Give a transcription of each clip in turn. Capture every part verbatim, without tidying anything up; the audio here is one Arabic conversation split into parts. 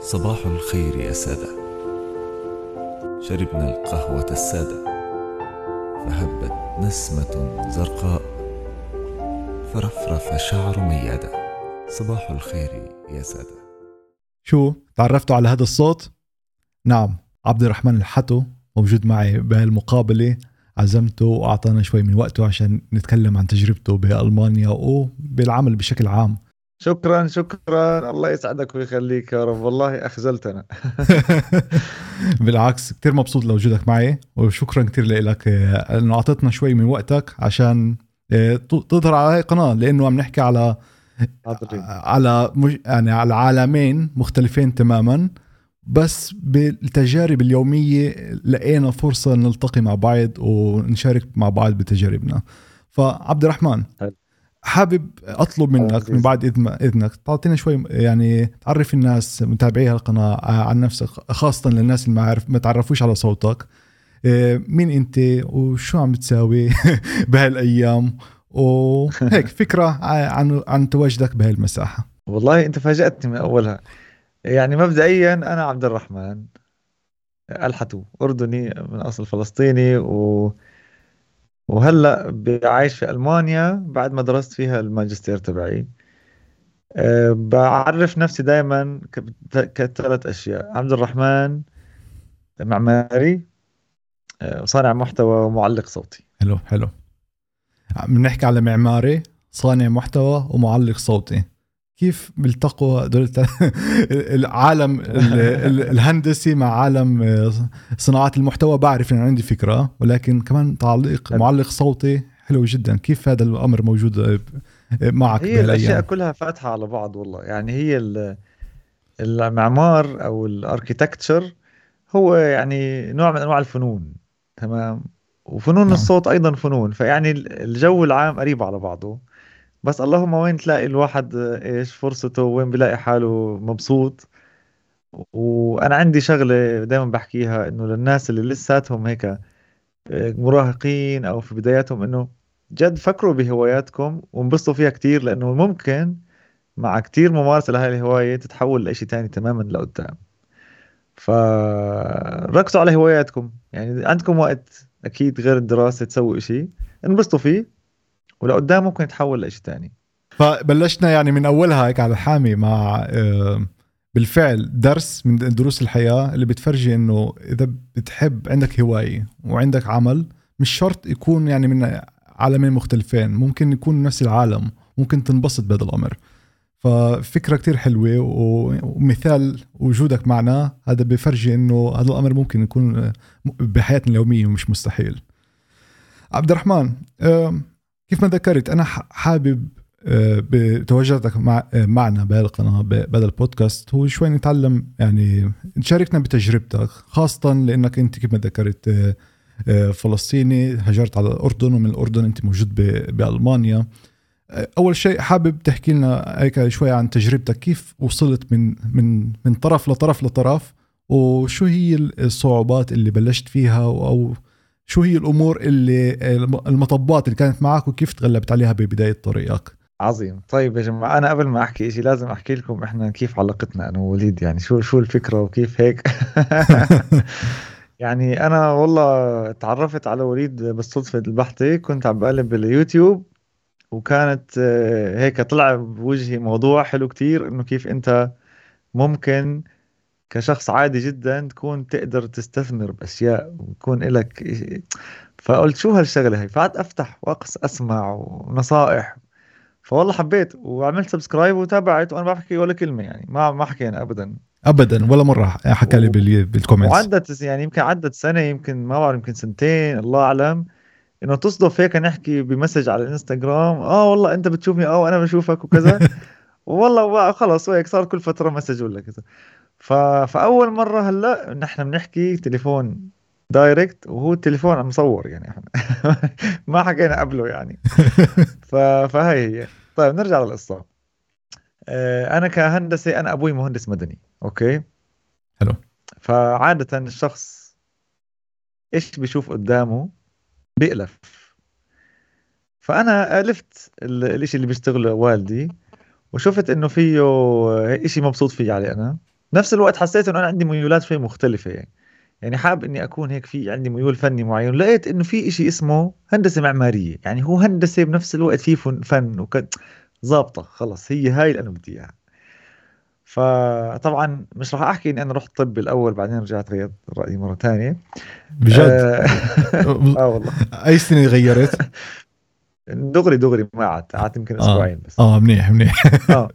صباح الخير يا سادة. شربنا القهوة السادة فهبت نسمة زرقاء فرفرف شعر ميادة. صباح الخير يا سادة. شو تعرفتوا على هذا الصوت؟ نعم، عبد الرحمن الحتو موجود معي بهالمقابلة. عزمته وأعطانا شوي من وقته عشان نتكلم عن تجربته بألمانيا وبالعمل بشكل عام. شكرا شكرا، الله يسعدك ويخليك يا رب. والله أخجلتنا. بالعكس، كتير مبسوط لوجودك معي، وشكرا كتير لك أنه أعطتنا شوي من وقتك عشان تظهر على هاي القناة، لأنه عم نحكي على على مج... يعني على عالمين مختلفين تماما، بس بالتجارب اليومية لقينا فرصة نلتقي مع بعض ونشارك مع بعض بتجاربنا. فعبد الرحمن، حابب أطلب منك من بعد إذنك تعطينا شوي، يعني تعرف الناس متابعي هالقناة عن نفسك، خاصة للناس اللي ما عارف ما تعرفوش على صوتك. مين أنت وشو عم بتساوي بهالأيام، وهيك فكرة عن عن تواجدك بهالمساحة. والله أنت فاجأتني من أولها. يعني مبدئيا أنا عبد الرحمن الحتو، أردني من أصل فلسطيني، و... وهلأ بعيش في ألمانيا بعد ما درست فيها الماجستير تبعي. أه بعرف نفسي دايما كثلاث أشياء: عبد الرحمن معماري، أه صانع محتوى، ومعلق صوتي. حلو حلو، بنحكي على معماري، صانع محتوى، ومعلق صوتي. كيف بيلتقوا دول العالم الهندسي مع عالم صناعة المحتوى؟ بعرف إن عندي فكرة، ولكن كمان تعليق معلق صوتي حلو جدا. كيف هذا الأمر موجود معك؟ هي الأشياء كلها فاتحة على بعض والله. يعني هي المعمار أو الاركيتكتشر هو يعني نوع من أنواع الفنون، تمام، وفنون نعم. الصوت أيضا فنون. فيعني الجو العام قريب على بعضه، بس اللهم وين تلاقي الواحد إيش فرصته، وين بلاقي حاله مبسوط. وأنا عندي شغلة دايما بحكيها، إنه للناس اللي لساتهم هيك مراهقين أو في بداياتهم، إنه جد فكروا بهواياتكم وانبسطوا فيها كتير، لأنه ممكن مع كتير ممارسة لهذه الهواية تتحول لإشي تاني تماما لقدام. فركزوا على هواياتكم، يعني عندكم وقت أكيد غير الدراسة تسووا إشي انبسطوا فيه، ولقدام ممكن يتحول لإشي تاني. فبلشنا يعني من أولها هيك على الحامي مع بالفعل درس من دروس الحياة اللي بتفرجي إنه إذا بتحب عندك هواية وعندك عمل، مش شرط يكون يعني من عالمين مختلفين، ممكن يكون نفس العالم، ممكن تنبسط بهذا الأمر. ففكرة كتير حلوة، ومثال وجودك معنا هذا بفرجي إنه هذا الأمر ممكن يكون بحياتنا اليومية ومش مستحيل. عبد الرحمن، كيف ما ذكرت، أنا حابب بتواجدك مع معنا بهالقناة بهذا البودكاست هو شوي نتعلم، يعني نشاركنا بتجربتك، خاصة لأنك أنت كيف ما ذكرت فلسطيني، هجرت على الأردن، ومن الأردن أنت موجود بألمانيا. أول شيء حابب تحكي لنا هيك شوي عن تجربتك، كيف وصلت من من من طرف لطرف لطرف، وشو هي الصعوبات اللي بلشت فيها، أو شو هي الأمور اللي المطبات اللي كانت معك، وكيف تغلبت عليها ببداية طريقك. عظيم. طيب يا جماعة، أنا قبل ما أحكي إشي لازم أحكي لكم إحنا كيف علاقتنا أنا ووليد، يعني شو شو الفكرة وكيف هيك. يعني أنا والله تعرفت على وليد بالصدفة البحتة، كنت عم بقلب باليوتيوب، وكانت هيك طلع بوجهي موضوع حلو كتير، إنه كيف أنت ممكن كشخص عادي جدا تكون تقدر تستثمر بأشياء ويكون إلك إشي. فقلت شو هالشغلة هاي، فقعدت أفتح وأقص أسمع ونصائح. فوالله حبيت وعملت سبسكرايب وتابعت، وانا ما بحكي ولا كلمه، يعني ما ما حكينا ابدا ابدا ولا مره حكى لي و... بالكومنتس. وعدت يعني يمكن عدت سنه، يمكن ما بعرف، يمكن سنتين، الله اعلم، انه تصدف هيك نحكي بمسج على الانستغرام، اه والله انت بتشوفني، اه وانا بشوفك وكذا. والله خلص وهيك صار كل فتره مسج ولا كذا. ف... فاول مره هلا نحن بنحكي تليفون دايركت، وهو التليفون عم مصور يعني احنا ما حكينا قبله يعني. ف... فهي هي. طيب نرجع للقصه. انا كهندسه، انا ابوي مهندس مدني، اوكي. حلو. فعاده الشخص ايش بيشوف قدامه بيألف. فانا الفت ال- الاشي اللي بيشتغله والدي، وشفت انه فيه اشي مبسوط فيه علي انا، بنفس الوقت حسيت انه انا عندي ميولات شوي مختلفة يعني. يعني حابب اني اكون هيك في عندي ميول فني معين، لقيت انه في اشي اسمه هندسة معمارية، يعني هو هندسة بنفس الوقت فيه فن فن وكد، ظابطة خلص، هي هاي اللي انا بدي اياها. فطبعا مش راح احكي اني انا رحت طب الاول بعدين رجعت غيرت رايي مرة ثانية. بجد؟ اه, آه والله. اي سنه غيرت؟ دغري دغري ما قعدت قعدت يمكن اه اسبوعين بس. اه منيح منيح. اه.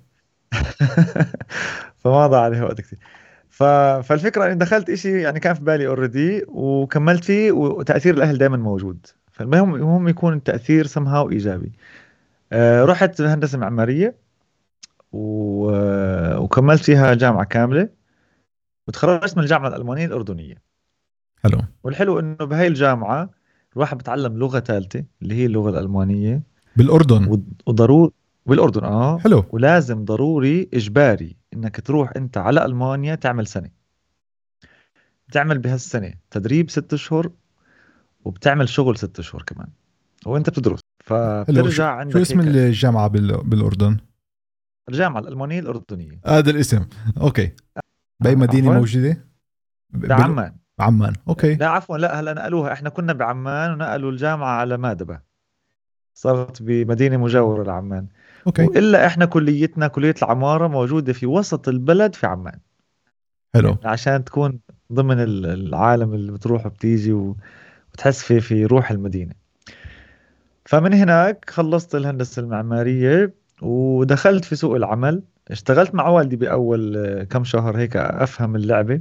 فما ضاع عليه وقت كثير. ف... فالفكرة اني دخلت اشي يعني كان في بالي اوريدي وكملت فيه، وتأثير الاهل دائما موجود، فالمهم المهم يكون التأثير somehow ايجابي. آه رحت هندسة معمارية و... آه، وكملت فيها جامعة كاملة، وتخرجت من الجامعة الألمانية الأردنية. حلو. والحلو انه بهاي الجامعة الواحد بتعلم لغة ثالثة اللي هي اللغة الألمانية. بالاردن؟ وضروري بالأردن اه، حلو. ولازم ضروري إجباري إنك تروح أنت على ألمانيا تعمل سنة. بتعمل بهالسنة تدريب ست أشهر، وبتعمل شغل ست أشهر كمان وأنت بتدرس، حلو. شو, فبترجع شو عندك اسم هيك. الجامعه بال... بالاردن؟ الجامعة الألمانية الأردنية. هذا الاسم. اوكي. باي آه، مدينه عفوا. موجوده؟ ب- بال... بعمان. عمان. اوكي. لا عفوا، لا هلا نقلوها، احنا كنا بعمان ونقلوا الجامعة على مادبة، صارت بمدينة مجاورة لعمان. اوكي. وإلا احنا كليتنا كلية العمارة موجودة في وسط البلد في عمان، حلو. يعني عشان تكون ضمن ال- العالم اللي بتروح وبتيجي و- وتحس في في روح المدينة. فمن هناك خلصت الهندسة المعمارية ودخلت في سوق العمل. اشتغلت مع والدي بأول آه، كم شهر هيك أفهم اللعبة.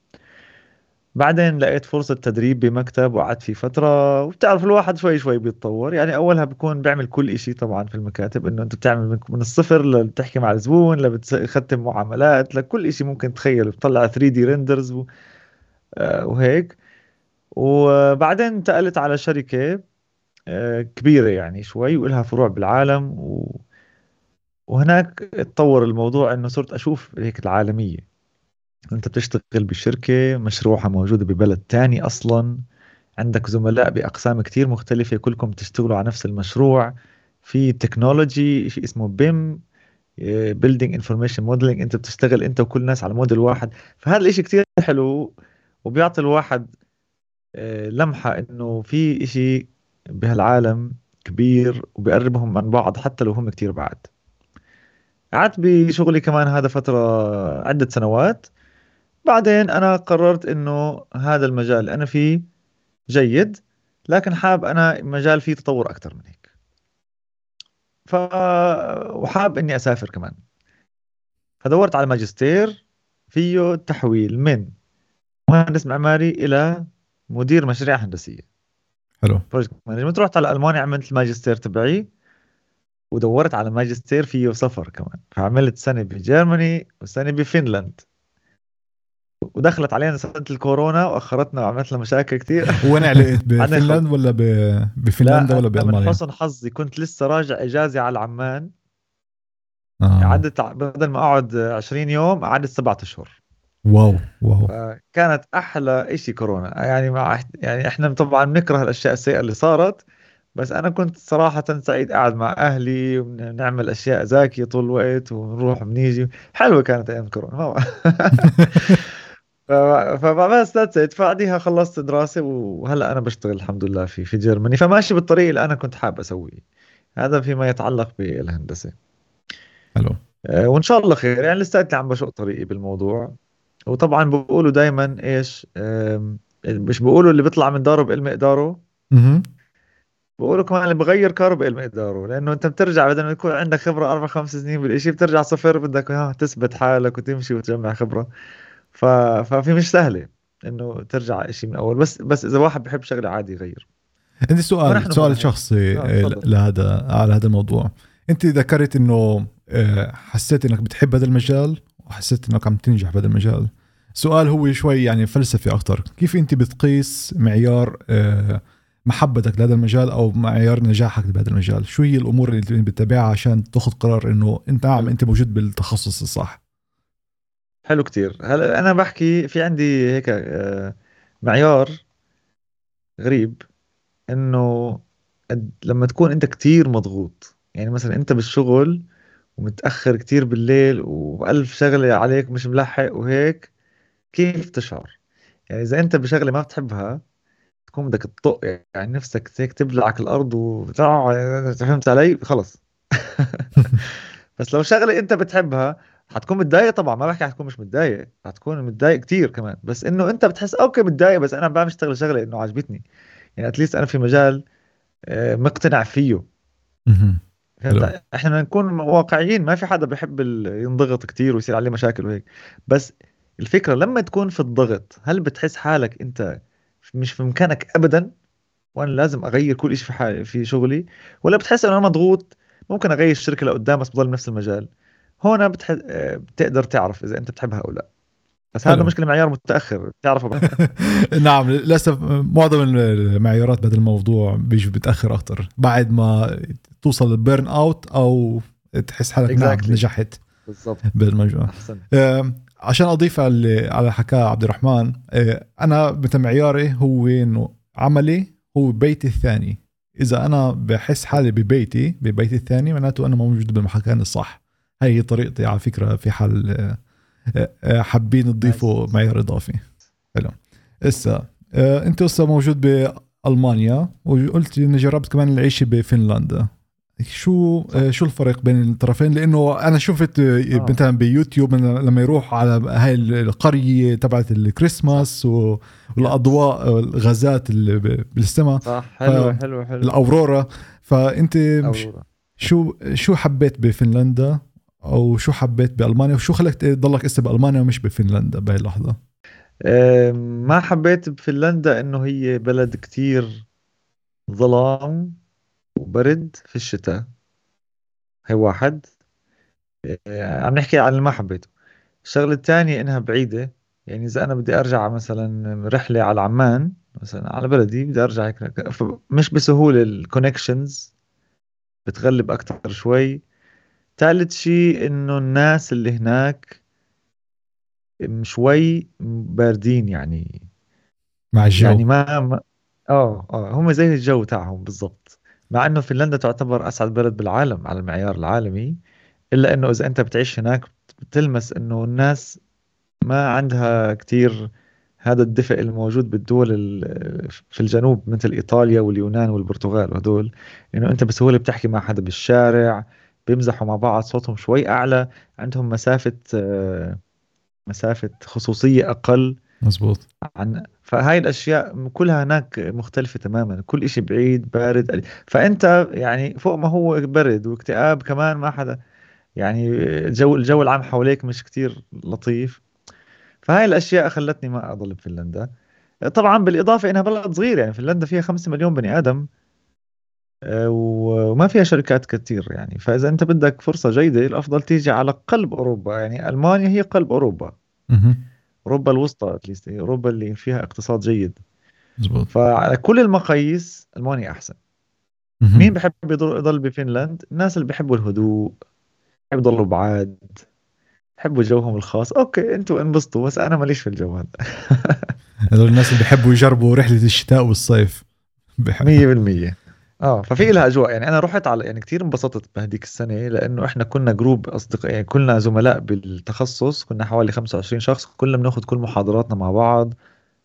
بعدين لقيت فرصة تدريب بمكتب وقعدت فيه فترة. وبتعرف الواحد شوي شوي بيتطور، يعني أولها بيكون بيعمل كل إشي طبعا في المكاتب، إنه أنت بتعمل من من الصفر، لبتحكي مع الزبون، لبتختم معاملات، لكل إشي ممكن تخيل، بتطلع ثري دي ريندرز و- آه، وهيك. وبعدين انتقلت على شركة آه، كبيرة يعني شوي وإلها فروع بالعالم و... وهناك اتطور الموضوع انه صرت اشوف هيك العالمية. انت بتشتغل بشركة مشروعها موجودة ببلد تاني اصلا، عندك زملاء باقسام كتير مختلفة كلكم تشتغلوا على نفس المشروع. في تكنولوجي شيء اسمه بيم، بيلدينج انفورميشن موديلنج، انت بتشتغل انت وكل الناس على موديل واحد. فهذا الاشي كتير حلو، وبيعطي الواحد آه، لمحة انه في اشي بهالعالم كبير وبيقربهم من بعض حتى لو هم كتير بعاد. قعدت بشغلي كمان هذا فترة عدة سنوات. بعدين أنا قررت إنه هذا المجال اللي أنا فيه جيد، لكن حاب أنا مجال فيه تطور أكثر من هيك. ف وحاب إني أسافر كمان. فدورت على ماجستير فيه تحويل من مهندس معماري إلى مدير مشاريع هندسية، حلو. بروجكت مانجمنت. رحت على ألمانيا عملت الماجستير تبعي، ودورت على ماجستير فيه سفر كمان، فعملت سنة بجيرماني وسنة بفنلند. ودخلت علينا سنة الكورونا وأخرتنا وعملت لنا مشاكل كتير. وين علقت؟ بعدين خل... بفنلاند ولا ب... بفنلندا لا ولا أنا من بألمانيا؟ حسن حظي كنت لسه راجع إجازة على عمان. اه. قعدت ع- بدل ما أقعد عشرين يوم قعدت سبعة أشهر. واو واو. فكانت أحلى إشي كورونا يعني. مع إح- يعني إحنا طبعا بنكره الأشياء السيئة اللي صارت، بس أنا كنت صراحة سعيد قاعد مع أهلي ونعمل أشياء زاكية طول الوقت ونروح ونيجي. حلوة كانت أيام كورونا. ف- فبس ذاتس ات. فبعديها خلصت دراسة وهلا انا بشتغل الحمد لله في في جيرماني، فماشي بالطريق اللي انا كنت حابب اسويه. هذا فيما يتعلق بالهندسة. حلو. أه، وان شاء الله خير يعني. لساتني عم بشق طريقي بالموضوع. وطبعا بقولوا دايما ايش أم، مش بقولوا اللي بيطلع من داره بقل مقداره، اها. بقولوا كمان اللي بغير كاره بقل مقداره. لانه انت بترجع بدل ما يكون عندك خبرة اربع خمس سنين بالاشي، بترجع صفر، بدك ها تثبت حالك وتمشي وتجمع خبرة. ف... ففي مش سهلة انه ترجع اشي من اول، بس بس اذا واحد بحب شغله عادي يغير. عندي سؤال ونحن هنا سؤال هيك. شخصي اه آه، تفضل. لهذا على هذا الموضوع. انت ذكرت انه آه، حسيت انك بتحب هذا المجال وحسيت انك عم تنجح بهذا المجال. سؤال هو شوي يعني فلسفي اكتر. كيف انت بتقيس معيار آه، محبتك لهذا المجال او معيار نجاحك بهذا المجال؟ شو هي الامور اللي انت بتتابعها عشان تاخذ قرار انه انت نعم حلو. انت موجود بالتخصص الصح؟ حلو كتير. هلا انا بحكي في عندي هيك آه، معيار غريب، انه قد- لما تكون انت كتير مضغوط، يعني مثلا انت بالشغل ومتأخر كتير بالليل وألف شغلة عليك مش ملحق وهيك، كيف تشعر؟ يعني إذا أنت بشغلة ما بتحبها تكون بدك تطق، يعني نفسك هيك تبلعك الأرض وتع- فهمت علي؟ خلص. بس لو شغلة أنت بتحبها حتكون متضايق طبعا، ما بحكي حتكون مش متضايق، حتكون متضايق كتير كمان، بس إنه أنت بتحس أوكي متضايق بس أنا بعمل اشتغل شغلة إنه عجبتني، يعني أتليست أنا في مجال آه، مقتنع فيه. مهم. حلو. فهمت؟ احنا بدنا نكون واقعيين، ما في حدا بيحب ال- ينضغط كتير ويصير عليه مشاكل وهيك، بس الفكرة لما تكون في الضغط هل بتحس حالك انت مش في مكانك ابدا، وانا لازم اغير كل شيء في حالي في شغلي، ولا بتحس انه انا مضغوط ممكن اغير الشركة لقدام بس بضل بنفس المجال؟ هون بتح... آه، بتقدر تعرف اذا انت بتحبها او لا، بس هذا حلو. مشكلة معيار متأخر بتعرفه بقى. نعم للأسف معظم المعيارات بهذا الموضوع بيجي بتأخر أكتر بعد ما توصل للبيرن أوت أو تحس حالك نعم exactly. نجحت بالضبط. بالموضوع. احسن. آه، عشان أضيف على على حكاه عبد الرحمن، آه، أنا بتمعياري هو إنه عملي هو بيتي الثاني. إذا أنا بحس حالي ببيتي ببيتي الثاني معناته أنا موجود بالمكان الصح. هاي هي طريقتي على فكرة في حال آه، آه، حابين تضيفوا Nice. معيار إضافي. حلو. إسا آه، أنت إسا موجود بألمانيا وقلت إني جربت كمان العيش بفنلندا. شو آه، شو الفرق بين الطرفين؟ لأنه أنا شفت آه، آه. مثلا بيوتيوب لما يروح على هاي القرية تبعت الكريسماس و- والأضواء والغازات اللي ب- بالسماء، صح. حلو حلو حلو. الأورورا. فأنت مش أورورا. شو شو حبيت بفنلندا أو شو حبيت بألمانيا وشو خلك تضلك إسا بألمانيا ومش بفنلندا بهاي اللحظة؟ آه، ما حبيت بفنلندا انه هي بلد كتير ظلام وبرد في الشتاء، هي واحد. آه، عم نحكي عن اللي ما حبيته. الشغلة الثانية انها بعيدة، يعني اذا انا بدي ارجع مثلا رحلة على عمان مثلا على بلدي بدي ارجع هيك ف- مش بسهولة، الكونكشنز بتغلب اكتر شوي. ثالث شيء انه الناس اللي هناك شوي باردين، يعني مع الجو. يعني ما, ما اه اه هم زي الجو تاعهم بالضبط. مع انه فنلندا تعتبر اسعد بلد بالعالم على المعيار العالمي، الا انه اذا انت بتعيش هناك بتلمس انه الناس ما عندها كتير هذا الدفء الموجود بالدول ال- في الجنوب مثل ايطاليا واليونان والبرتغال وهدول، انه انت بسهولة بتحكي مع حدا بالشارع، بيمزحوا مع بعض، صوتهم شوي اعلى، عندهم مسافة آه، مسافة خصوصية اقل مزبوط. عن. فهاي الاشياء كلها هناك مختلفة تماما، كل اشي بعيد بارد، فانت يعني فوق ما هو برد واكتئاب كمان ما حدا، يعني الجو الجو العام حواليك مش كتير لطيف. فهاي الاشياء خلتني ما اضل بفنلندا. طبعا بالاضافة انها بلد صغير، يعني فنلندا فيها خمسة مليون بني ادم، آه، وما فيها شركات كتير، يعني فاذا انت بدك فرصة جيدة الافضل تيجي على قلب اوروبا، يعني المانيا هي قلب اوروبا، مهم. اوروبا الوسطى اتليست، اوروبا اللي فيها اقتصاد جيد. مزبوط. فعلى كل المقاييس ألمانيا أحسن. مين مهم. بحب يضل يضل بفنلاند؟ الناس اللي بيحبوا الهدوء، بحب يضلوا بعاد، بحبوا جوهم الخاص. أوكي أنتوا انبسطوا بس أنا ماليش في الجو هذا. هذول الناس اللي بيحبوا يجربوا رحلة الشتاء والصيف. بحب. مية بالمية. اه ففي لها اجواء، يعني انا رحت على، يعني كتير انبسطت بهديك السنه لانه احنا كنا جروب اصدقاء، يعني كلنا زملاء بالتخصص، كنا حوالي خمسة وعشرين شخص، كلنا بناخذ كل محاضراتنا مع بعض.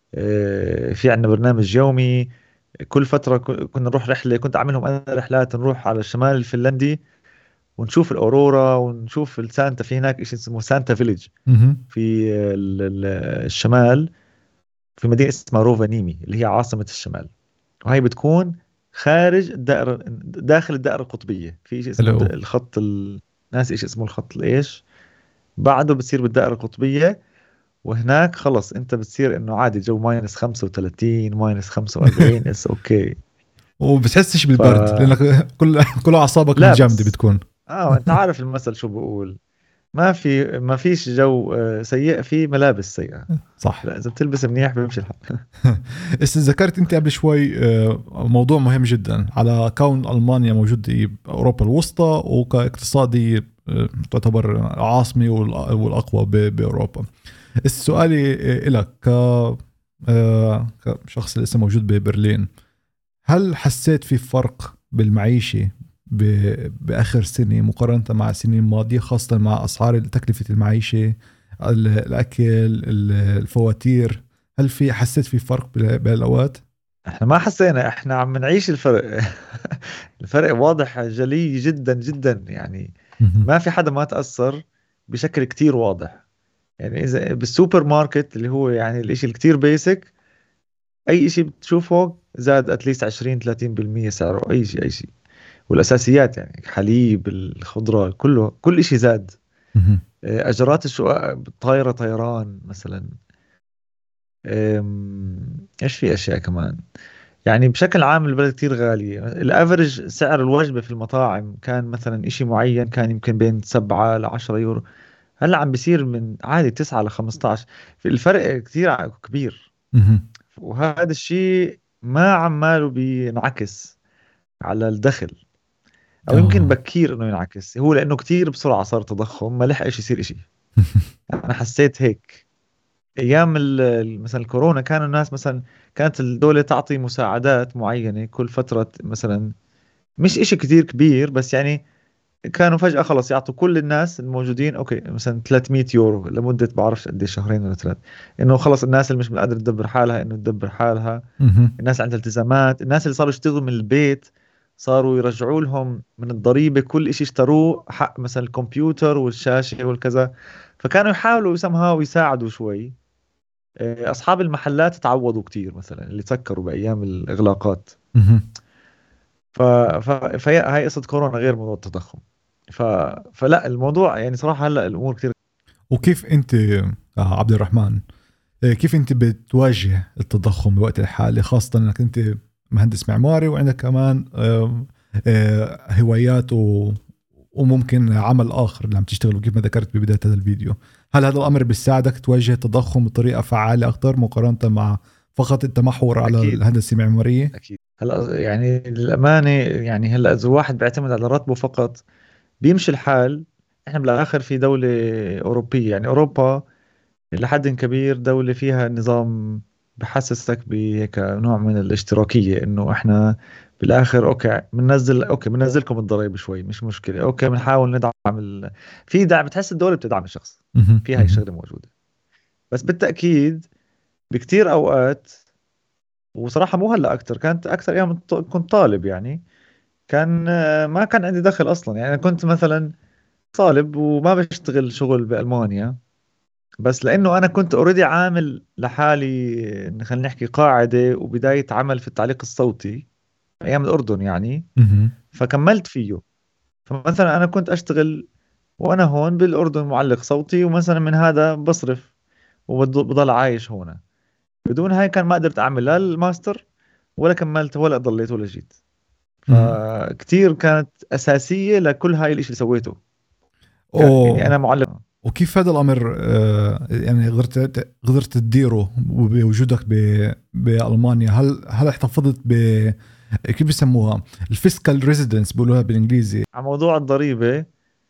آه، في عندنا برنامج يومي، كل فتره ك- كنا نروح رحله، كنت اعملهم انا رحلات نروح على الشمال الفنلندي ونشوف الأورورا ونشوف السانتا، في هناك شيء اسمه سانتا فيليج مهم. في ال- ال- الشمال، في مدينة اسمها روفانيمي اللي هي عاصمة الشمال، وهي بتكون خارج الدائرة، داخل الدائرة القطبية، في شيء اسمه د- حلو. الخط ال... ناس ايش اسمه الخط الايش، بعده بتصير بالدائرة القطبية، وهناك خلص انت بتصير انه عادي جو ماينس خمسة وثلاثين ماينس خمسة وأربعين اس اوكي. وبتحسش ف بالبرد لأنك كل كل أعصابك لا متجمدة بس بتكون. اه انت عارف المثل شو بقول، ما في ما فيش جو آه، سيء، في ملابس سيئة. صح. لا إذا بتلبس منيح بيمشي الحال. بس ذكرت أنت قبل شوي آه، موضوع مهم جدا على كون ألمانيا موجودة بأوروبا الوسطى وكاقتصادي آه، تعتبر عاصمة والأ- والأقوى ب- بأوروبا. السؤال لك ك آه، كشخص لسه موجود ببرلين، هل حسيت في فرق بالمعيشة ب- بآخر سنة مقارنة مع سنين ماضية، خاصة مع أسعار تكلفة المعيشة، ال- الأكل، ال- الفواتير؟ هل في حسيت في فرق بال- بالأوقات؟ احنا ما حسينا، احنا عم نعيش الفرق. الفرق واضح جلي جدا جدا يعني. مهم. ما في حدا ما تأثر بشكل كتير واضح. يعني اذا بالسوبر ماركت اللي هو يعني الاشي الكتير بيسك، اي اشي بتشوفه زاد اتليست عشرين ثلاثين بالمية سعره، اي شيء اي شيء. والاساسيات يعني حليب، الخضره، كله كل اشي زاد. مهم. اه، اجرات الشقق طايره طيران مثلا. ام، ايش في اشياء كمان. يعني بشكل عام البلد كتير غالية. الافرج سعر الوجبة في المطاعم كان مثلا اشي معين كان يمكن بين سبعة لعشرة يورو، هلا عم بيصير من عادي تسعة لخمسطعش. في الفرق كتير ع- كبير. مهم. وهذا الشيء ما عماله بينعكس على الدخل، او يمكن آه. بكير انه ينعكس، هو لانه كتير بسرعة صار تضخم ما لحقش يصير اشي. انا حسيت هيك ايام ال- ال- مثلا الكورونا. كانوا الناس مثلا، كانت الدولة تعطي مساعدات معينة كل فترة مثلا، مش اشي كتير كبير بس يعني كانوا فجأة خلص يعطوا كل الناس الموجودين اوكي مثلا ثلاثمية يورو لمدة بعرفش قد ايش، شهرين ولا ثلاث. انه خلص الناس اللي مش قادرة تدبر حالها انه تدبر حالها، مهم. الناس عندها التزامات، الناس اللي صاروا يشتغلوا من البيت صاروا يرجعوا لهم من الضريبة كل اشي اشتروه، حق مثلا الكمبيوتر والشاشة والكذا. فكانوا يحاولوا يسمها يساعدوا شوي. آه، اصحاب المحلات تعوضوا كتير مثلا اللي سكروا بايام الاغلاقات. مهم. ف... ف... فهي هاي قصة كورونا غير موضوع التضخم. ف... فلا الموضوع يعني صراحة هلا الامور كتير. وكيف أنت آه عبد الرحمن، آه، كيف أنت بتواجه التضخم بالوقت الحالي، خاصة أنك أنت مهندس معماري وعندك كمان آه، آه، هوايات و وممكن عمل آخر اللي عم تشتغله كيف ما ذكرت ببداية هذا الفيديو؟ هل هذا الأمر بيساعدك تواجه التضخم بطريقة فعالة أكثر مقارنة مع فقط التمحور على اكيد الهندسة المعمارية؟ اكيد. هلا يعني للامانة يعني هلا اذا واحد بيعتمد على راتبه فقط بيمشي الحال. احنا بالاخر في دولة اوروبية، يعني اوروبا لحد كبير دولة فيها نظام بحسسك بهيك نوع من الاشتراكية، انه احنا بالاخر اوكي بننزل اوكي بننزلكم الضرائب شوي مش مشكلة، اوكي بنحاول ندعم ال... في دعم، بتحس الدولة بتدعم الشخص. مهم. في هاي مهم. الشغلة موجودة. بس بالتأكيد بكتير اوقات، وصراحة مو هلا اكثر، كانت اكثر ايام الط- كنت طالب يعني. كان آه، ما كان عندي دخل اصلا. يعني أنا كنت مثلا طالب وما بشتغل شغل بألمانيا، بس لانه انا كنت اوريدي عامل لحالي خلينا نحكي قاعده وبدايه عمل في التعليق الصوتي ايام الاردن يعني، مهم. فكملت فيه. فمثلا انا كنت اشتغل وانا هون بالاردن معلق صوتي، ومثلا من هذا بصرف وبضل عايش هون. بدون هاي كان ما قدرت اعمل لا الماستر ولا كملت ولا ضليت ولا جيت. مهم. فكتير كانت اساسيه لكل هاي الاشي اللي سويته. ك- يعني أوه. انا معلق. وكيف هذا الأمر آه، يعني قدرت قدرت تديره بوجودك ب- بألمانيا؟ هل هل احتفظت ب كيف بيسموها الفيسكال ريزيدنس بيقولوها بالإنجليزي؟ على موضوع الضريبه،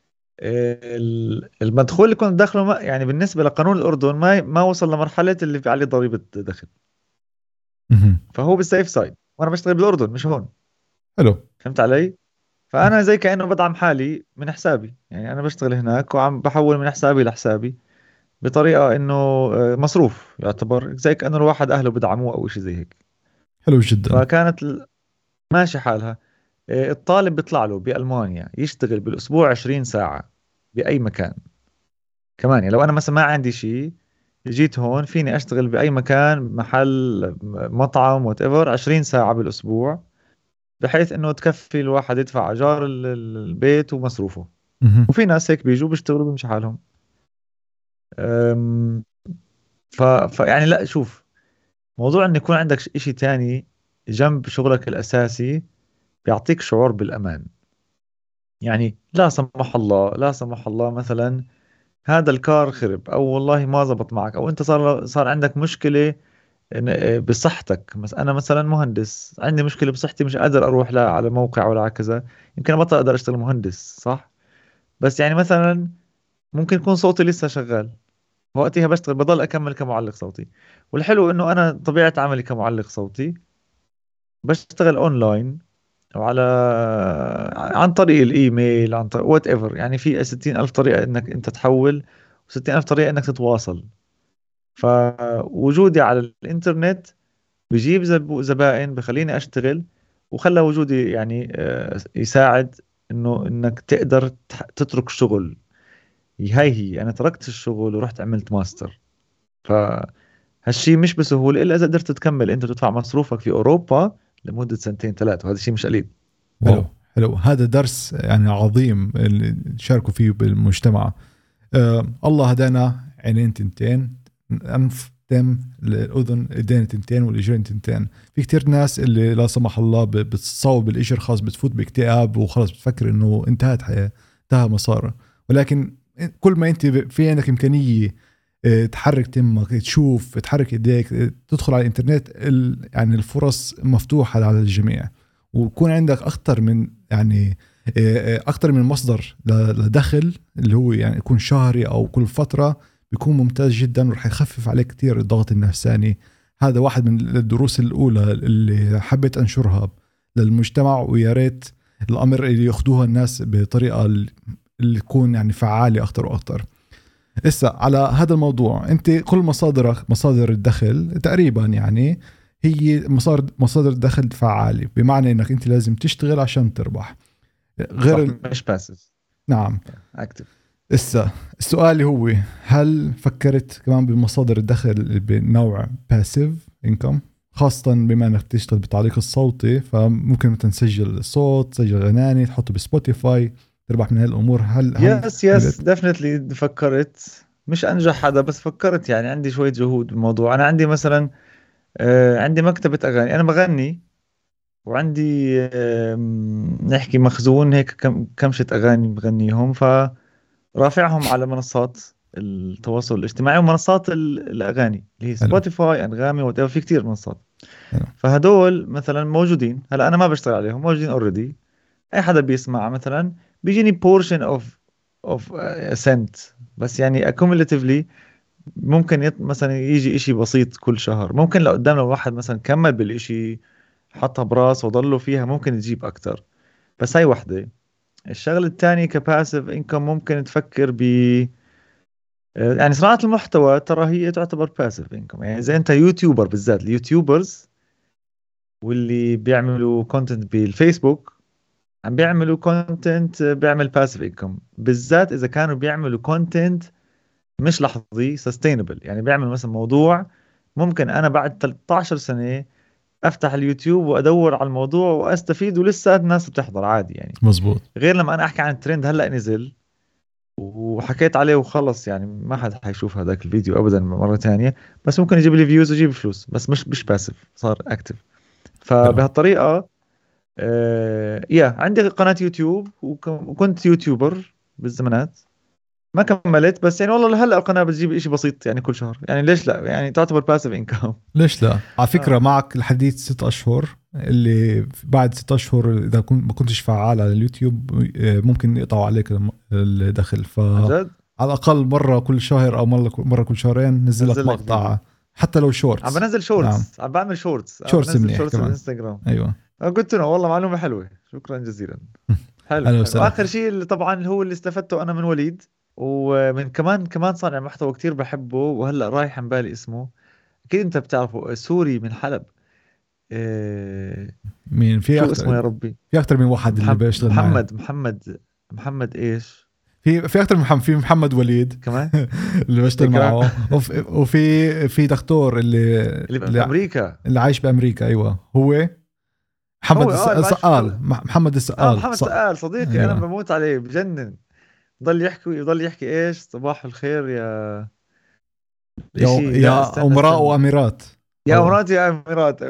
ال- المدخول اللي كنت داخله ما يعني بالنسبة لقانون الأردن ما ما وصل لمرحلة اللي في عليه ضريبة دخل. مهم. فهو بالسيف سايد وأنا بشتغل بالأردن مش هون. حلو. فهمت علي؟ فأنا زي كأنه بدعم حالي من حسابي. يعني أنا بشتغل هناك وعم بحول من حسابي لحسابي بطريقة إنه آه، مصروف يعتبر زي كأنه الواحد أهله بدعموه أو شيء زي هيك. حلو جدا. فكانت ال- ماشي حالها. آه، الطالب بيطلع له بألمانيا يشتغل بالأسبوع عشرين ساعة بأي مكان. كمان يعني لو انا مثلا ما عندي شيء، جيت هون فيني اشتغل باي مكان، محل، مطعم، وات ايفر، عشرين ساعة بالاسبوع، بحيث انه تكفي الواحد يدفع ايجار ال- ال- البيت ومصروفه. مهم. وفي ناس هيك بيجوا بيشتغلوا بيمشي حالهم. أم، ف... ف يعني لا شوف، موضوع ان يكون عندك ش- اشي تاني جنب شغلك الاساسي بيعطيك شعور بالامان. يعني لا سمح الله لا سمح الله مثلا هذا الكار خرب، او والله ما زبط معك، او انت صار صار عندك مشكلة إن- بصحتك. بس انا مثلا مهندس عندي مشكله بصحتي مش قادر اروح لا على موقع ولا على كذا، يمكن ابطل اقدر اشتغل مهندس صح. بس يعني مثلا ممكن يكون صوتي لسه شغال، وقتها بشتغل بضل اكمل كمعلق صوتي. والحلو انه انا طبيعه عملي كمعلق صوتي بشتغل اونلاين. وعلى عن طريق الايميل، عن طريق وات ايفر، يعني في ستين ألف طريقة انك انت تحول، وستين ألف طريقة انك تتواصل. فوجودي على الانترنت بجيب زب- زبائن، بخليني اشتغل، وخلى وجودي يعني آه، يساعد انه انك تقدر تح- تترك شغل. هاي هي انا تركت الشغل ورحت عملت ماستر. فهالشي مش بسهولة الا اذا قدرت تكمل انت تدفع مصروفك في اوروبا لمدة سنتين ثلاثة، وهذا الشيء مش قليل. حلو حلو، هذا درس يعني عظيم اللي شاركوا فيه بالمجتمع. آه الله هدانا عينين تنتين، أنف تم، الأذن ايدين تنتين والإجرين تنتين. في كتير ناس اللي لا سمح الله ب- بتصاوب بالإجر، خاص بتفوت باكتئاب وخلاص بتفكر إنه انتهت حياة، انتهى مسار. ولكن كل ما أنت ب- في عندك إمكانية آه، تحرك تمك، تشوف، تحرك إيديك، آه، تدخل على الإنترنت، ال- يعني الفرص مفتوحة على الجميع. ويكون عندك أكتر من يعني أكتر من مصدر لدخل، اللي هو يعني يكون شهري أو كل فترة، بيكون ممتاز جدا ورح يخفف عليك كتير الضغط النفساني. هذا واحد من الدروس الأولى اللي حبيت أنشرها للمجتمع، ويا ريت الأمر اللي يأخذوها الناس بطريقة اللي تكون يعني فعالة أكتر وأكتر. إسا على هذا الموضوع، أنت كل مصادرك مصادر الدخل تقريبا يعني هي مصادر مصادر دخل فعالة، بمعنى أنك أنت لازم تشتغل عشان تربح غير صح، ال... مش باسف، نعم. اكتف. إسا السؤال هو، هل فكرت كمان بمصادر الدخل اللي بنوع passive income، خاصة بما أنك تشتغل بالتعليق الصوتي، فممكن مثلا تسجل صوت، تسجل غناني، تحطه بسبوتيفاي، تربح من هاي الأمور. هل هل يس يس عملت؟ ديفنتلي فكرت، مش انجح حدا بس فكرت، يعني عندي شوية جهود بالموضوع. انا عندي مثلا آه، عندي مكتبة اغاني، انا بغني، وعندي آم، نحكي مخزون هيك كم كمشة اغاني بغنيهم، فرافعهم على منصات التواصل الاجتماعي ومنصات ال- الاغاني اللي هي حلو سبوتيفاي، انغامي، وات في كتير منصات. حلو فهدول مثلا موجودين هلا، انا ما بشتغل عليهم، موجودين اوريدي. اي حدا بيسمع مثلا بيجيني بورشن اوف اوف سنت، بس يعني accumulatively ممكن يط... مثلا يجي اشي بسيط كل شهر. ممكن لو قدام، لو واحد مثلا كمل بالاشي، حطها براسه وضله فيها، ممكن تجيب اكتر. بس هاي وحدة. الشغل الثاني كباسيف انكم، ممكن تفكر ب آه، يعني صناعة المحتوى، ترى هي تعتبر باسيف انكم. يعني زي انت يوتيوبر، بالذات اليوتيوبرز واللي بيعملوا كونتنت بالفيسبوك، عم بيعملوا كونتنت بيعمل باسيف انكم، بالذات اذا كانوا بيعملوا كونتنت مش لحظي سستينبل. يعني بيعمل مثلا موضوع ممكن انا بعد ثلاثة عشر سنة افتح اليوتيوب وادور على الموضوع واستفيد، ولسه الناس بتحضر عادي يعني. مزبوط. غير لما انا احكي عن الترند هلا نزل وحكيت عليه وخلص، يعني ما حد حيشوف هذاك الفيديو ابدا مرة تانية، بس ممكن يجيب لي فيوز ويجيب فلوس، بس مش مش باسيف، صار اكتف. حلو فبهالطريقة آه يا عندي قناة يوتيوب، وك- وكنت يوتيوبر بالزمانات، ما كملت. بس يعني والله هلا القناة بتجيب إشي بسيط يعني كل شهر، يعني ليش لا، يعني تعتبر باسيف انكم. ليش لا. على فكرة اه معك الحديث ست أشهر، اللي بعد ست أشهر إذا كنت ما كنتش فعال على اليوتيوب آه، ممكن يقطعوا عليك الم- الدخل. عن فعلى جد الأقل مرة كل شهر أو مرة مرة كل شهرين نزل لك نزل لك فيديو. مقطع، حتى لو عم شورتس. بنزل نعم شورتس، عم بعمل شورتس، اه شورتس بنزل منيح شورتس كمان. بالانستغرام. أيوة آه قلت له والله معلومة حلوة، شكرا جزيلا. حلو أهلا حلو. وسهلا. واخر شيء اللي طبعا هو اللي استفدته انا من وليد، ومن كمان كمان صانع محتوى كتير بحبه وهلا رايح عن بالي اسمه، اكيد انت بتعرفه، سوري من حلب. إيه... مين في شو اسمه أكتر؟ يا ربي؟ في أكتر من واحد اللي محمد بيشتغل معي. محمد محمد محمد ايش في في أكتر من محمد. في محمد وليد كمان؟ اللي إيه بشتغل كمان؟ معه، وفي وفي في دكتور اللي اللي اللي بامريكا. اللي عايش بأمريكا. أيوة هو محمد هو اه اللي بعرف السقال. شو. محمد اه السقال محمد ص... سقال صديقي، انا ايوه بموت عليه بجنن. ضل يحكي يضل يحكي ايش صباح الخير يا يا اشي، لا يا استنى امراء استنى، واميرات يا او مرات يا اميرات.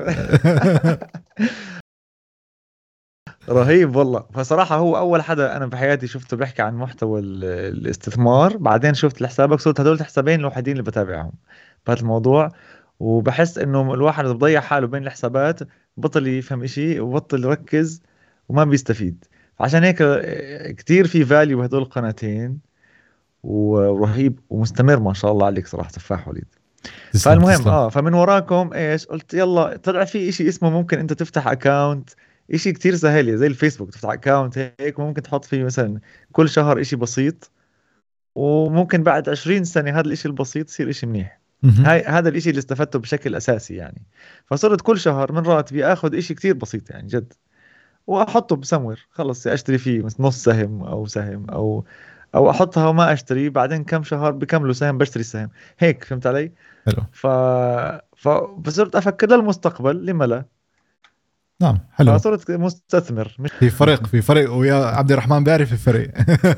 رهيب والله. فصراحة هو أول حدا أنا بحياتي شفته بيحكي عن محتوى ال- الاستثمار. بعدين شفت لحسابك، صرت هدول الحسابين الوحيدين اللي بتابعهم بهذا الموضوع. وبحس إنه الواحد إذا بضيع حاله بين الحسابات بطل يفهم إشي وبطل يركز وما بيستفيد. فعشان هيك آه، كتير في فاليو بهدول القناتين، ورهيب ومستمر ما شاء الله عليك صراحة سفاح وليد. تسلم فالمهم تسلم. اه فمن وراكم ايش قلت، يلا طلع في اشي اسمه ممكن انت تفتح اكاونت إشي كتير سهل زي الفيسبوك، تفتح اكاونت هيك وممكن تحط فيه مثلا كل شهر إشي بسيط، وممكن بعد عشرين سنة هذا الإشي البسيط يصير إشي منيح. مهم. هاي هذا الإشي اللي استفدته بشكل أساسي يعني. فصرت كل شهر من راتبي آخذ إشي كتير بسيط يعني جد، وأحطه بسمر خلص أشتري فيه مثل نص سهم أو سهم، أو أو أحطها وما أشتري، بعدين كم شهر بكملوا سهم بشتري سهم هيك، فهمت علي؟ حلو. ف... ف... فصرت أفكر للمستقبل، لما لا. نعم حلو. فصرت مستثمر مش في فرق في فرق ويا عبد الرحمن بيعرف الفرق.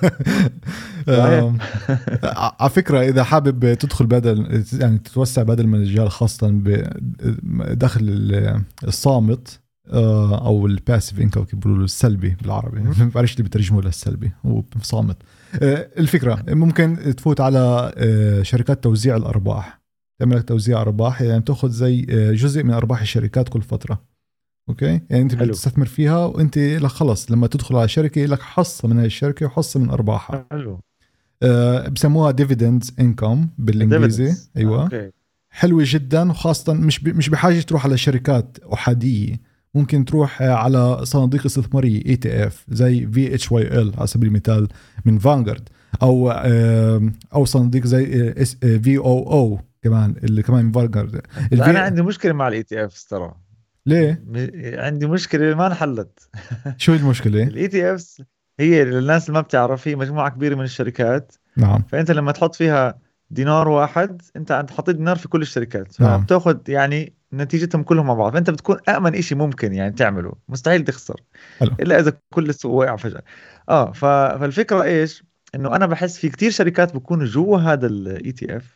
صحيح. أم، على فكرة إذا حابب تدخل بدل يعني تتوسع بدل من المجال خاصة بدخل ال- الصامت، آه، أو الباسيف إنكم بيقولوا له السلبي بالعربي، ما بعرفش اللي بترجمه للسلبي هو صامت. آه، الفكرة ممكن تفوت على آه، شركات توزيع الأرباح، تعمل لك توزيع أرباح، يعني تأخذ زي آه، جزء من أرباح الشركات كل فترة. اوكي، يعني انت حلو. بتستثمر فيها وانت لك خلص لما تدخل على شركه لك حصه من هاي الشركه وحصه من ارباحها. حلو. أه بسموها ديفيدندز انكم بالانجليزي. dividends. آه، ايوه، اوكي. حلوه جدا، وخاصه مش ب... مش بحاجه تروح على شركات احاديه، ممكن تروح على صناديق استثماريه اي تي اف زي في اتش واي ال على سبيل المثال من فانغارد، او أه او صناديق زي في او او كمان اللي كمان من فانغارد. انا عندي مشكله مع الاي تي اف ترى. ليه؟ م- عندي مشكله ما انحلت. شو المشكله؟ الاي تي افس هي للناس اللي ما بتعرف هي مجموعه كبيره من الشركات، نعم فانت لما تحط فيها دينار واحد انت عند حطيت دينار في كل الشركات، نعم. فبتاخذ يعني نتيجتهم كلهم مع بعض، فانت بتكون امن إشي ممكن يعني تعمله، مستحيل تخسر حلو. الا اذا كل السوق وقع فجاه. اه ف... فالفكره ايش؟ انه انا بحس في كتير شركات بكونوا جوا هذا الاي تي اف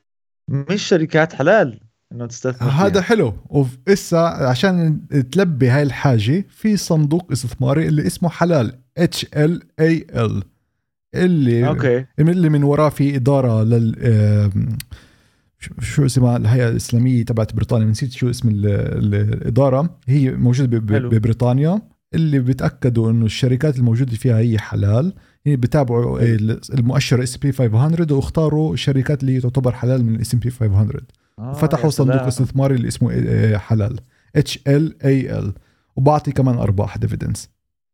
مش شركات حلال انه تستثمر هذا فيها. حلو. وإسا عشان تلبي هاي الحاجة في صندوق استثماري اللي اسمه حلال اتش ال اي ال، اللي اوكي. اللي من وراه في إدارة لل آم، شو شو اسمها الهيئة الإسلامية تبعت بريطانيا، نسيت شو اسم ال- ال- الإدارة، هي موجودة ب- ب- حلو. ببريطانيا، اللي بيتأكدوا إنه الشركات الموجودة فيها هي حلال. هي بتابعوا حلو. ال- المؤشر اس بي خمسمية واختاروا الشركات اللي تعتبر حلال من الاس بي خمسمية، آه فتحوا يا صندوق سلام. استثماري اللي اسمه آه، حلال اتش ال اي ال، وبعطي كمان ارباح ديفيدنس.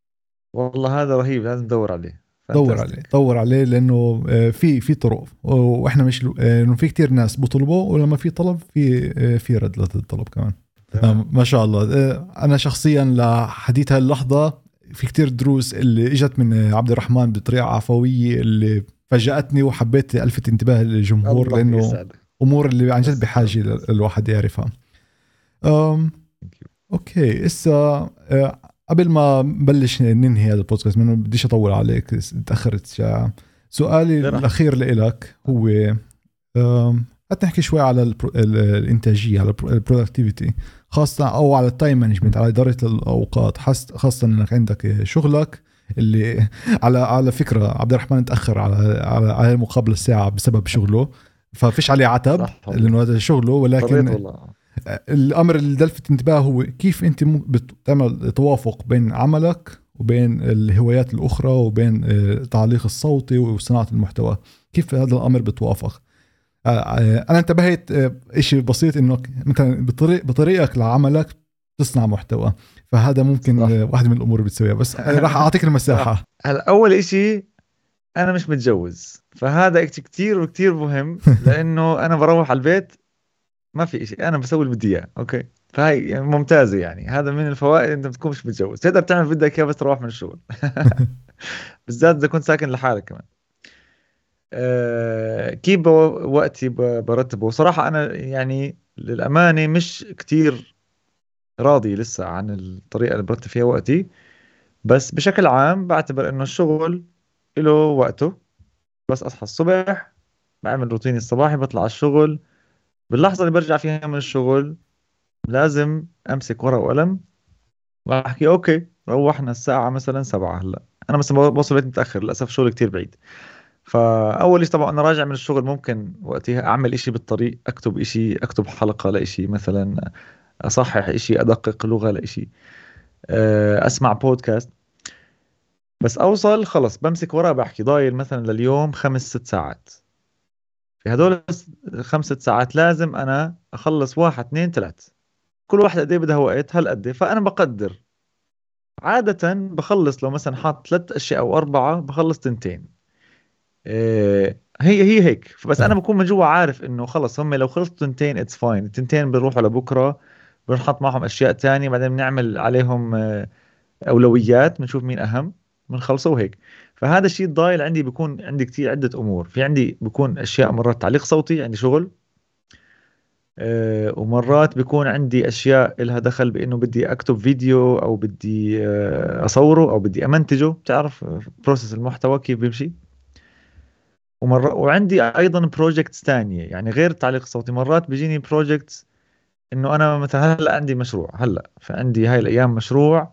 والله هذا رهيب، لازم ندور عليه. دور عليه فانتاستيك. دور عليه لانه آه، في في طرق، واحنا مش آه، انه في كتير ناس بطلبوا، ولما في طلب في آه، في رد للطلب كمان. آه، ما شاء الله. آه، انا شخصيا لحديث هاللحظه في كتير دروس اللي اجت من آه، عبد الرحمن بطريقه عفويه اللي فاجأتني، وحبيت الفت انتباه الجمهور الله لانه يسعدك. امور اللي عن جد بس بحاجه بس. الواحد يعرفها. أم اوكي، اسا آه، قبل ما نبلش ننهي هذا البودكاست، منه بديش اطول عليك، تاخرت ساعه. سؤالي لا، راح. الاخير لإلك هو أم، نحكي شوي على البرو- ال- الانتاجيه، على البرودكتيفيتي خاصه، او على التايم مانجمنت، على اداره الاوقات، حس- خاصه انك عندك شغلك اللي على على فكره عبد الرحمن تاخر على على على المقابله الساعه بسبب شغله، ففيش عليه عتب صح والله. لانه هذا شغله. اضطريت ولكن والله. الامر اللي لفت انتباهه هو كيف انت مم- بتعمل توافق بين عملك وبين الهوايات الاخرى وبين آه، التعليق الصوتي وصناعه المحتوى، كيف هذا الامر بتوافق. آه، آه، انا انتبهت آه، اشي بسيط، انه مثلا بطريق بطريقك لعملك تصنع محتوى، فهذا ممكن صح. آه، واحدة من الامور اللي بتسويها، بس آه، راح اعطيك المساحه. هلا اول إشي انا مش متجوز، فهذا إشي كتير وكتير مهم، لانه انا بروح على البيت ما في إشي، انا بسوي اللي بدي اياه. اوكي، فهي يعني ممتازه، يعني هذا من الفوائد، انت بتكون مش متجوز تقدر تعمل اللي بدك اياه بس تروح من الشغل. بالذات اذا كنت ساكن لحالك كمان. أه كيف بو- وقتي ب- برتبه صراحه، انا يعني للامانه مش كتير راضي لسه عن الطريقه اللي برتب فيها وقتي، بس بشكل عام بعتبر انه الشغل له وقته. بس اصحى الصبح، بعمل روتيني الصباحي، بطلع على الشغل، باللحظة اللي برجع فيها من الشغل لازم امسك ورقة وقلم واحكي اوكي روحنا الساعة مثلا سبعة. هلا انا مثلا بوصل البيت متأخر للأسف، شغلي كتير بعيد. فأول شيء طبعا أنا راجع من الشغل ممكن وقتها أعمل إشي بالطريق، أكتب إشي، أكتب حلقة لإشي مثلا، أصحح إشي، أدقق لغة لإشي، آه، أسمع بودكاست. بس أوصل خلص بمسك ورقة بحكي ضايل مثلا لليوم خمس ست ساعات، في هدول الخمسة ساعات لازم أنا أخلص واحد اثنين ثلاث، كل واحدة قد إيه بدها وقت، هل قد إيه، فأنا بقدر عادة بخلص لو مثلا حاط ثلاث أشياء أو أربعة بخلص تنتين. إيه هي هي هيك. بس أنا حلو. بكون من جوا عارف إنه خلص هم لو خلصت تنتين اتس فاين، التنتين بنروحوا لبكرة بنحط معهم أشياء تانية، بعدين بنعمل عليهم آه، أولويات، بنشوف مين أهم بنخلصه وهيك. فهذا الشيء الضايل عندي بيكون عندي كتير عدة أمور. في عندي بيكون أشياء مرات تعليق صوتي، عندي شغل، آه، ومرات بيكون عندي أشياء إلها دخل بإنه بدي أكتب فيديو أو بدي آه، أصوره أو بدي أمنتجه. بتعرف بروسيس المحتوى كيف بيمشي. ومرة وعندي أيضا بروجكتس تانية يعني غير التعليق الصوتي. مرات بيجيني بروجكتس إنه أنا مثلا هلأ عندي مشروع، هلأ فعندي هاي الأيام مشروع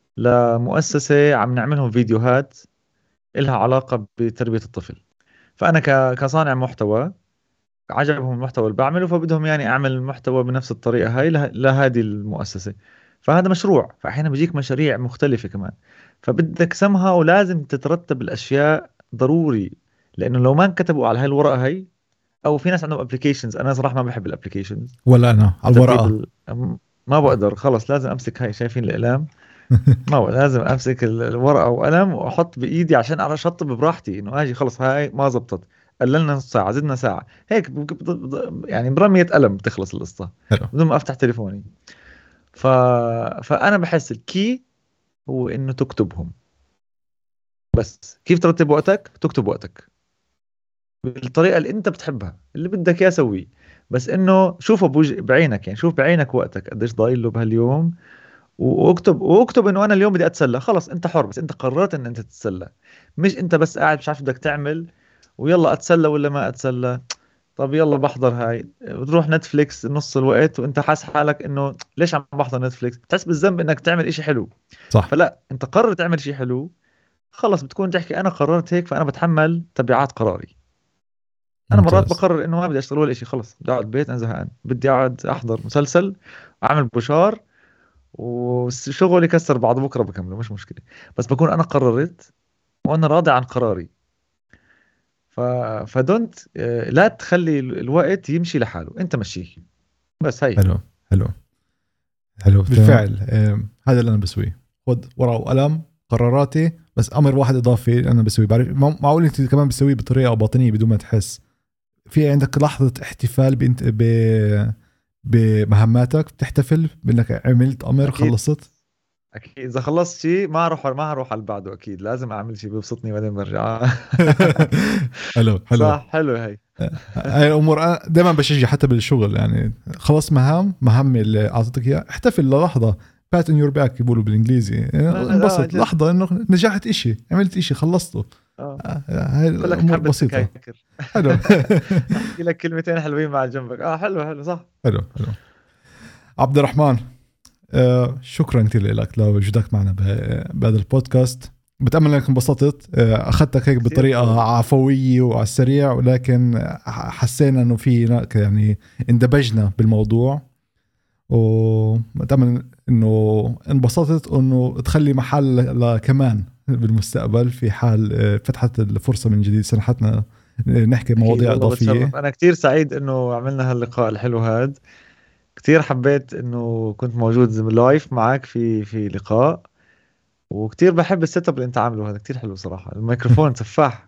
لمؤسسة عم نعملهم فيديوهات إلها علاقة بتربية الطفل. فأنا ك- كصانع محتوى عجبهم المحتوى اللي بعمله، فبدهم يعني اعمل المحتوى بنفس الطريقه هاي له- لهذه المؤسسه. فهذا مشروع. فاحيانا بيجيك مشاريع مختلفه كمان، فبدك سمها ولازم تترتب الاشياء ضروري. لانه لو ما انكتبوا على هاي الورقه هاي، او في ناس عندهم ابلكيشنز، انا صراحه ما بحب الابلكيشنز ولا انا على لترتيب الورقه. ال... أم- ما بقدر خلص لازم امسك هاي، شايفين الاقلام؟ ما بقدر. لازم امسك ال- الورقه وقلم واحط بايدي عشان اعرف اشطب براحتي، انه اجي خلص هاي ما زبطت، قللنا نص ساعه زدنا ساعه هيك ب- ب- ب- يعني برمية قلم بتخلص القصه حلو. بدون ما افتح تليفوني. ف... فانا بحس الكي هو انه تكتبهم. بس كيف ترتب وقتك؟ تكتب وقتك بالطريقه اللي انت بتحبها، اللي بدك اياه سويه. بس انه شوفه بوج... بعينك، يعني شوف بعينك وقتك قديش ضايل له بهاليوم، واكتب واكتب انه انا اليوم بدي اتسلى. خلص انت حر، بس انت قررت ان انت تتسلى. مش انت بس قاعد مش عارف بدك تعمل ويلا اتسلى ولا ما اتسلى. طب يلا بحضر هاي، بتروح نتفليكس نص الوقت وانت حاس حالك انه ليش عم بحضر نتفليكس، بتحس بالذنب انك تعمل اشي حلو. صح. فلا، انت قرر تعمل شيء حلو، خلص بتكون تحكي انا قررت هيك فانا بتحمل تبعات قراري. انا مرات ممتاز. بقرر انه ما بدي اشتغل ولا شيء، خلص بدي اقعد بالبيت، انا زهقان بدي اقعد احضر مسلسل، اعمل بوشار وشغل يكسر بعض، بكره بكمله مش مشكله. بس بكون انا قررت وانا راضي عن قراري. ف فدونت آه، لا تخلي ال- الوقت يمشي لحاله، انت مشيه. بس هي حلو. حلو. حلو. تمام. بالفعل آم، هذا اللي انا بسويه. خذ ورقه وقلم قراراتي، بس امر واحد اضافي انا بسويه، بعرف مع- معقول انت كمان بتسويه بطريقه باطنيه بدون ما تحس. في عندك لحظه احتفال بانت ب... بمهماتك، بتحتفل بانك عملت امر اكيد خلصت. اكيد، اذا خلصت شيء ما اروح ما اروح على اللي بعده، اكيد لازم اعمل شيء بيبسطني بعدين برجع. حلو. حلو. صح، حلو هي. هاي الامور انا دائما بشجع حتى بالشغل، يعني خلص مهام مهمه اللي اعطيتك اياها، احتفل للحظه، بات ان يور باك بيقولوا بالانجليزي، اه انبسط جد. لحظه انه نجحت إشي، عملت إشي خلصته. اه آه، هاي كلك الامور حبة بسيطه. سكاكر. حلو. احكي لك كلمتين حلوين مع جنبك. اه حلو حلو صح. حلو. حلو. عبد الرحمن، آه، شكرا كثير لك لوجودك معنا به- بهذا البودكاست. بتأمل انك انبسطت، آه، اخذتك هيك كثير بطريقه حلو. عفويه وعلى السريع، ولكن ح- حسينا انه في هناك يعني اندمجنا بالموضوع، وبتأمل انه انبسطت وانه تخلي محل كمان بالمستقبل في حال آه، فتحت الفرصه من جديد سنحتنا نحكي اكيد مواضيع والله بتشرف، اضافيه. انا كثير سعيد انه عملنا هاللقاء الحلو هاد. كثير حبيت انه كنت موجود لايف معك في في لقاء. وكثير بحب السيت اب اللي انت عامله هذا، كثير حلو صراحة. الميكروفون سفاح.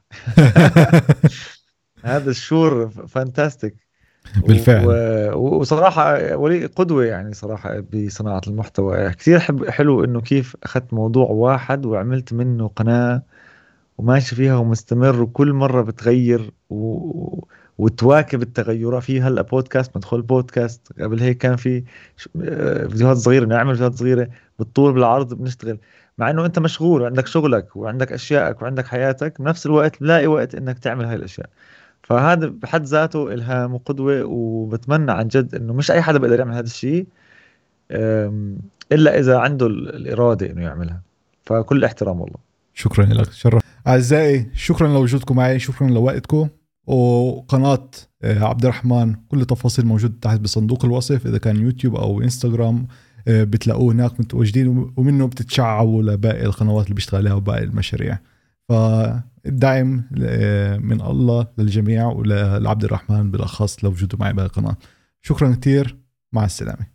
هذا الشور فانتاستيك. و... بالفعل. وصراحة ولي قدوة يعني صراحة بصناعة المحتوى. كثير حب حلو انه كيف اخذت موضوع واحد وعملت منه قناة وماشي فيها ومستمر، وكل مرة بتغير و... وتواكب التغيرات. في هلا بودكاست، مدخل بودكاست، قبل هيك كان في ش- آه، فيديوهات صغيرة، بنعمل فيديوهات صغيرة بالطول بالعرض بنشتغل. مع انه انت مشغول وعندك شغلك وعندك اشيائك وعندك حياتك، بنفس الوقت بلاقي وقت انك تعمل هاي الاشياء. فهذا بحد ذاته إلهام وقدوة. وبتمنى عن جد إنه مش أي حدا بيقدر يعمل هذا الشيء، أم، إلا إذا عنده ال- الإرادة إنه يعملها. فكل احترام والله. شكرا لك، شرف أعزائي. شكرا لوجودكم معي، شكرا لوقتكم. وقناة آه، عبد الرحمن كل التفاصيل موجودة تحت بصندوق الوصف، إذا كان يوتيوب أو إنستغرام آه، بتلاقوه هناك متواجدين، ومنه بتتشعبوا لباقي القنوات اللي بيشتغل عليها وباقي المشاريع. فالدعم آه، من الله للجميع ولعبد الرحمن بالأخص لوجوده معي بهالقناة. شكرا كتير، مع السلامة.